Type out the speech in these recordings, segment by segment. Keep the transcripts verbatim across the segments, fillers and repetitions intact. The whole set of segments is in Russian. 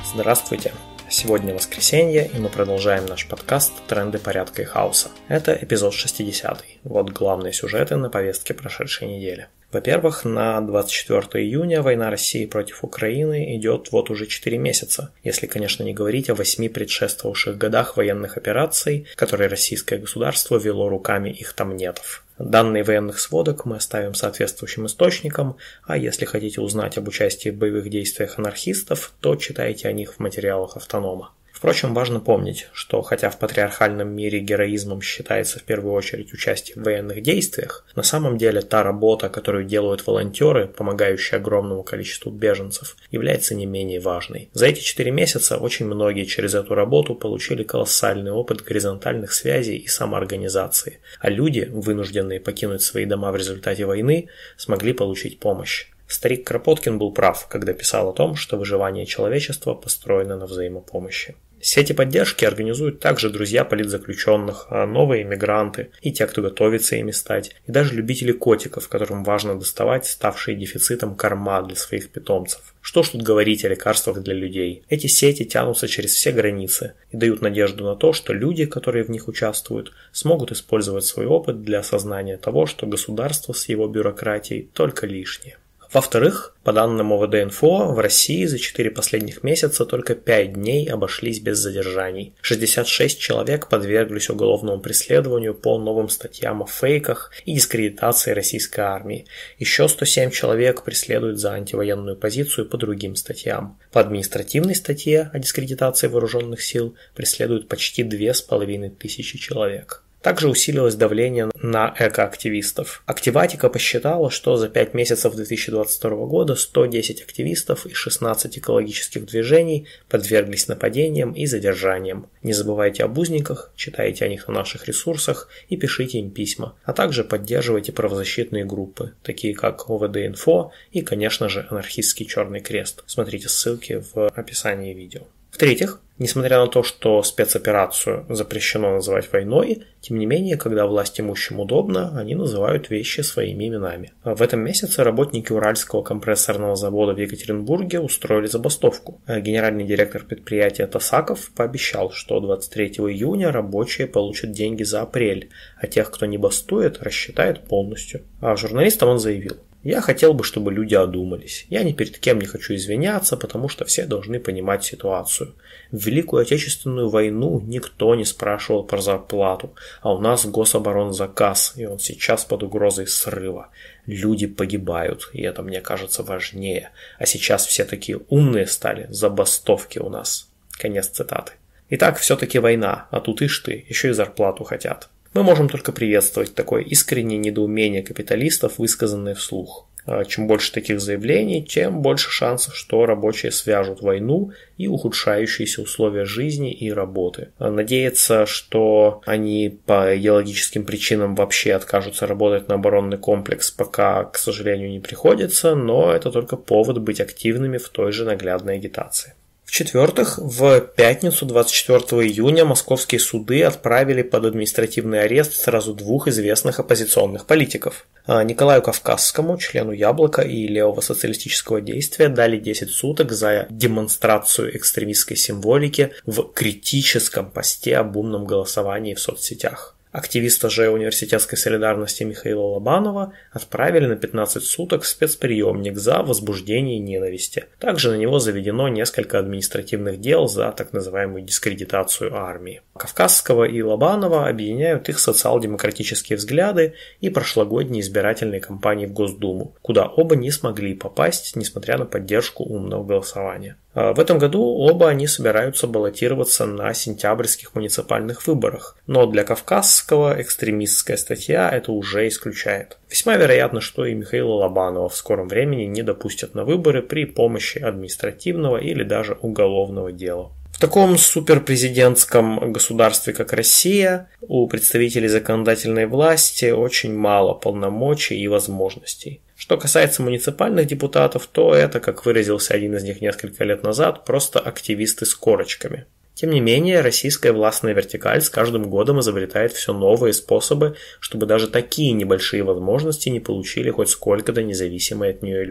Здравствуйте! Сегодня воскресенье, и мы продолжаем наш подкаст «Тренды порядка и хаоса». Это эпизод шестидесятый. Вот главные сюжеты на повестке прошедшей недели. Во-первых, на двадцать четвёртого июня война России против Украины идет вот уже четыре месяца, если, конечно, не говорить о восьми предшествовавших годах военных операций, которые российское государство вело руками их тамнетов. Данные военных сводок мы оставим соответствующим источникам, а если хотите узнать об участии в боевых действиях анархистов, то читайте о них в материалах Автонома. Впрочем, важно помнить, что хотя в патриархальном мире героизмом считается в первую очередь участие в военных действиях, на самом деле та работа, которую делают волонтеры, помогающие огромному количеству беженцев, является не менее важной. За эти четыре месяца очень многие через эту работу получили колоссальный опыт горизонтальных связей и самоорганизации, а люди, вынужденные покинуть свои дома в результате войны, смогли получить помощь. Старик Кропоткин был прав, когда писал о том, что выживание человечества построено на взаимопомощи. Сети поддержки организуют также друзья политзаключенных, новые иммигранты и те, кто готовится ими стать, и даже любители котиков, которым важно доставать ставшие дефицитом корма для своих питомцев. Что ж тут говорить о лекарствах для людей? Эти сети тянутся через все границы и дают надежду на то, что люди, которые в них участвуют, смогут использовать свой опыт для осознания того, что государство с его бюрократией только лишнее. Во-вторых, по данным ОВД-Инфо, в России за четыре последних месяца только пять дней обошлись без задержаний. шестьдесят шесть человек подверглись уголовному преследованию по новым статьям о фейках и дискредитации российской армии. Еще сто семь человек преследуют за антивоенную позицию по другим статьям. По административной статье о дискредитации вооруженных сил преследуют почти две с половиной тысячи человек. Также усилилось давление на экоактивистов. Активатика посчитала, что за пять месяцев две тысячи двадцать второго года сто десять активистов и шестнадцать экологических движений подверглись нападениям и задержаниям. Не забывайте об узниках, читайте о них на наших ресурсах и пишите им письма, а также поддерживайте правозащитные группы, такие как ОВД-Инфо и, конечно же, анархистский Черный Крест. Смотрите ссылки в описании видео. В-третьих, несмотря на то, что спецоперацию запрещено называть войной, тем не менее, когда власть имущим удобно, они называют вещи своими именами. В этом месяце работники Уральского компрессорного завода в Екатеринбурге устроили забастовку. Генеральный директор предприятия Тасаков пообещал, что двадцать третьего июня рабочие получат деньги за апрель, а тех, кто не бастует, рассчитает полностью. А журналистам он заявил: «Я хотел бы, чтобы люди одумались. Я ни перед кем не хочу извиняться, потому что все должны понимать ситуацию. В Великую Отечественную войну никто не спрашивал про зарплату, а у нас гособоронзаказ, и он сейчас под угрозой срыва. Люди погибают, и это, мне кажется, важнее. А сейчас все такие умные стали, забастовки у нас». Конец цитаты. Итак, все-таки война, а тут ишь ты, еще и зарплату хотят. Мы можем только приветствовать такое искреннее недоумение капиталистов, высказанное вслух. Чем больше таких заявлений, тем больше шансов, что рабочие свяжут войну и ухудшающиеся условия жизни и работы. Надеяться, что они по идеологическим причинам вообще откажутся работать на оборонный комплекс, пока, к сожалению, не приходится, но это только повод быть активными в той же наглядной агитации. В-четвертых, в пятницу двадцать четвёртого июня московские суды отправили под административный арест сразу двух известных оппозиционных политиков. Николаю Кавказскому, члену Яблока и Левого социалистического действия, дали десять суток за демонстрацию экстремистской символики в критическом посте об умном голосовании в соцсетях. Активиста же университетской солидарности Михаила Лобанова отправили на пятнадцать суток в спецприемник за возбуждение ненависти. Также на него заведено несколько административных дел за так называемую дискредитацию армии. Кавказского и Лобанова объединяют их социал-демократические взгляды и прошлогодние избирательные кампании в Госдуму, куда оба не смогли попасть, несмотря на поддержку умного голосования. В этом году оба они собираются баллотироваться на сентябрьских муниципальных выборах, но для Кавказского экстремистская статья это уже исключает. Весьма вероятно, что и Михаила Лобанова в скором времени не допустят на выборы при помощи административного или даже уголовного дела. В таком суперпрезидентском государстве, как Россия, у представителей законодательной власти очень мало полномочий и возможностей. Что касается муниципальных депутатов, то это, как выразился один из них несколько лет назад, просто активисты с корочками. Тем не менее, российская властная вертикаль с каждым годом изобретает все новые способы, чтобы даже такие небольшие возможности не получили хоть сколько-то независимые от нее люди.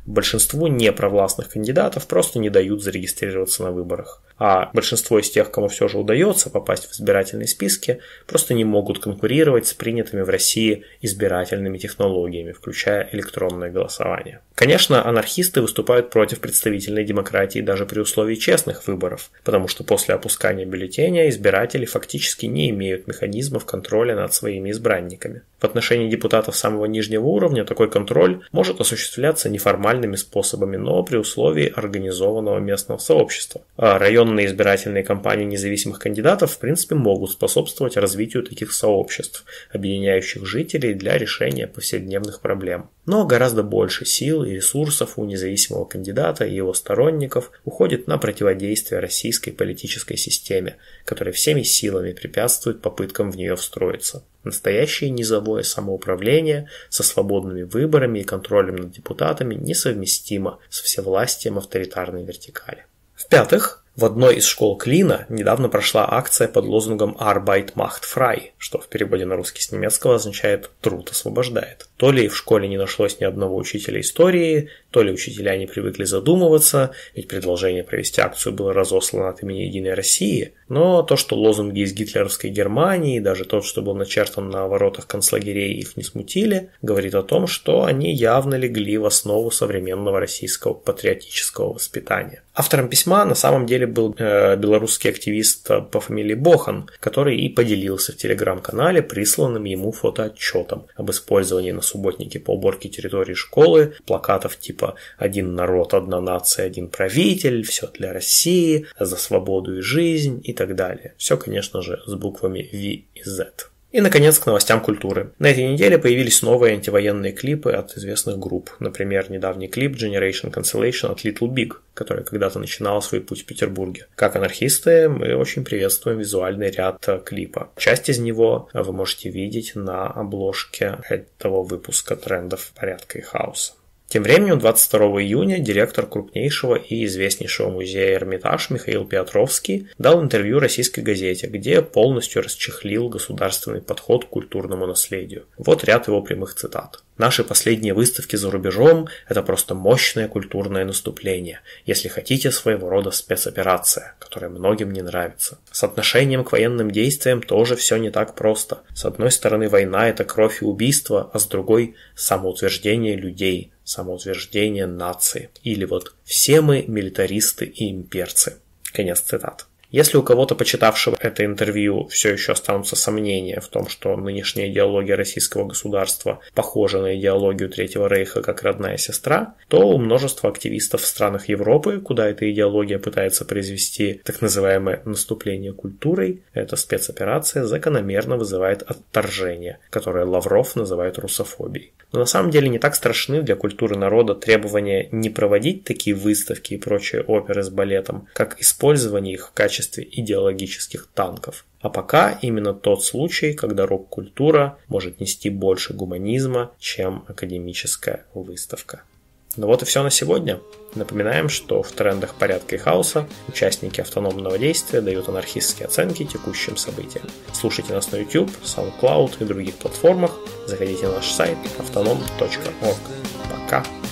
большинству непровластных кандидатов просто не дают зарегистрироваться на выборах. А большинство из тех, кому все же удается попасть в избирательные списки, просто не могут конкурировать с принятыми в России избирательными технологиями, включая электронное голосование. Конечно, анархисты выступают против представительной демократии даже при условии честных выборов, потому что после опускания бюллетеня избиратели фактически не имеют механизмов контроля над своими избранниками. В отношении депутатов самого нижнего уровня такой контроль может осуществляться неформальными способами, но при условии организованного местного сообщества. А районные избирательные кампании независимых кандидатов в принципе могут способствовать развитию таких сообществ, объединяющих жителей для решения повседневных проблем. Но гораздо больше сил и ресурсов у независимого кандидата и его сторонников уходит на противодействие российской политической системе, которая всеми силами препятствует попыткам в нее встроиться. Настоящее низовое самоуправление со свободными выборами и контролем над депутатами несовместимо с всевластием авторитарной вертикали. В-пятых, в одной из школ Клина недавно прошла акция под лозунгом «Arbeit macht frei», что в переводе на русский с немецкого означает «труд освобождает». То ли в школе не нашлось ни одного учителя истории, то ли учителя не привыкли задумываться, ведь предложение провести акцию было разослано от имени Единой России, но то, что лозунги из гитлеровской Германии, даже тот, что был начертан на воротах концлагерей, их не смутили, говорит о том, что они явно легли в основу современного российского патриотического воспитания. Автором письма на самом деле был э, белорусский активист по фамилии Бохан, который и поделился в телеграм-канале присланным ему фотоотчетом об использовании на субботнике по уборке территории школы плакатов типа «Один народ, одна нация, один правитель», «Все для России», «За свободу и жизнь» и так далее. Все, конечно же, с буквами V и Z. И, наконец, к новостям культуры. На этой неделе появились новые антивоенные клипы от известных групп. Например, недавний клип Generation Cancellation от Little Big, которая когда-то начинала свой путь в Петербурге. Как анархисты, мы очень приветствуем визуальный ряд клипа. Часть из него вы можете видеть на обложке этого выпуска трендов порядка и хаоса. Тем временем, двадцать второго июня директор крупнейшего и известнейшего музея Эрмитаж Михаил Петровский дал интервью российской газете, где полностью расчехлил государственный подход к культурному наследию. Вот ряд его прямых цитат. «Наши последние выставки за рубежом – это просто мощное культурное наступление, если хотите, своего рода спецоперация, которая многим не нравится. С отношением к военным действиям тоже все не так просто. С одной стороны, война – это кровь и убийство, а с другой – самоутверждение людей, самоутверждение нации. Или вот «все мы милитаристы и имперцы». Конец цитат. Если у кого-то, почитавшего это интервью, все еще останутся сомнения в том, что нынешняя идеология российского государства похожа на идеологию Третьего Рейха как родная сестра, то у множества активистов в странах Европы, куда эта идеология пытается произвести так называемое наступление культурой, эта спецоперация закономерно вызывает отторжение, которое Лавров называет русофобией. Но на самом деле не так страшны для культуры народа требования не проводить такие выставки и прочие оперы с балетом, как использование их в качестве идеологических танков. А пока именно тот случай, когда рок-культура может нести больше гуманизма, чем академическая выставка. Ну вот и все на сегодня. Напоминаем, что в трендах порядка и хаоса участники автономного действия дают анархистские оценки текущим событиям. Слушайте нас на YouTube, SoundCloud и других платформах. Заходите на наш сайт автоном точка орг. Пока!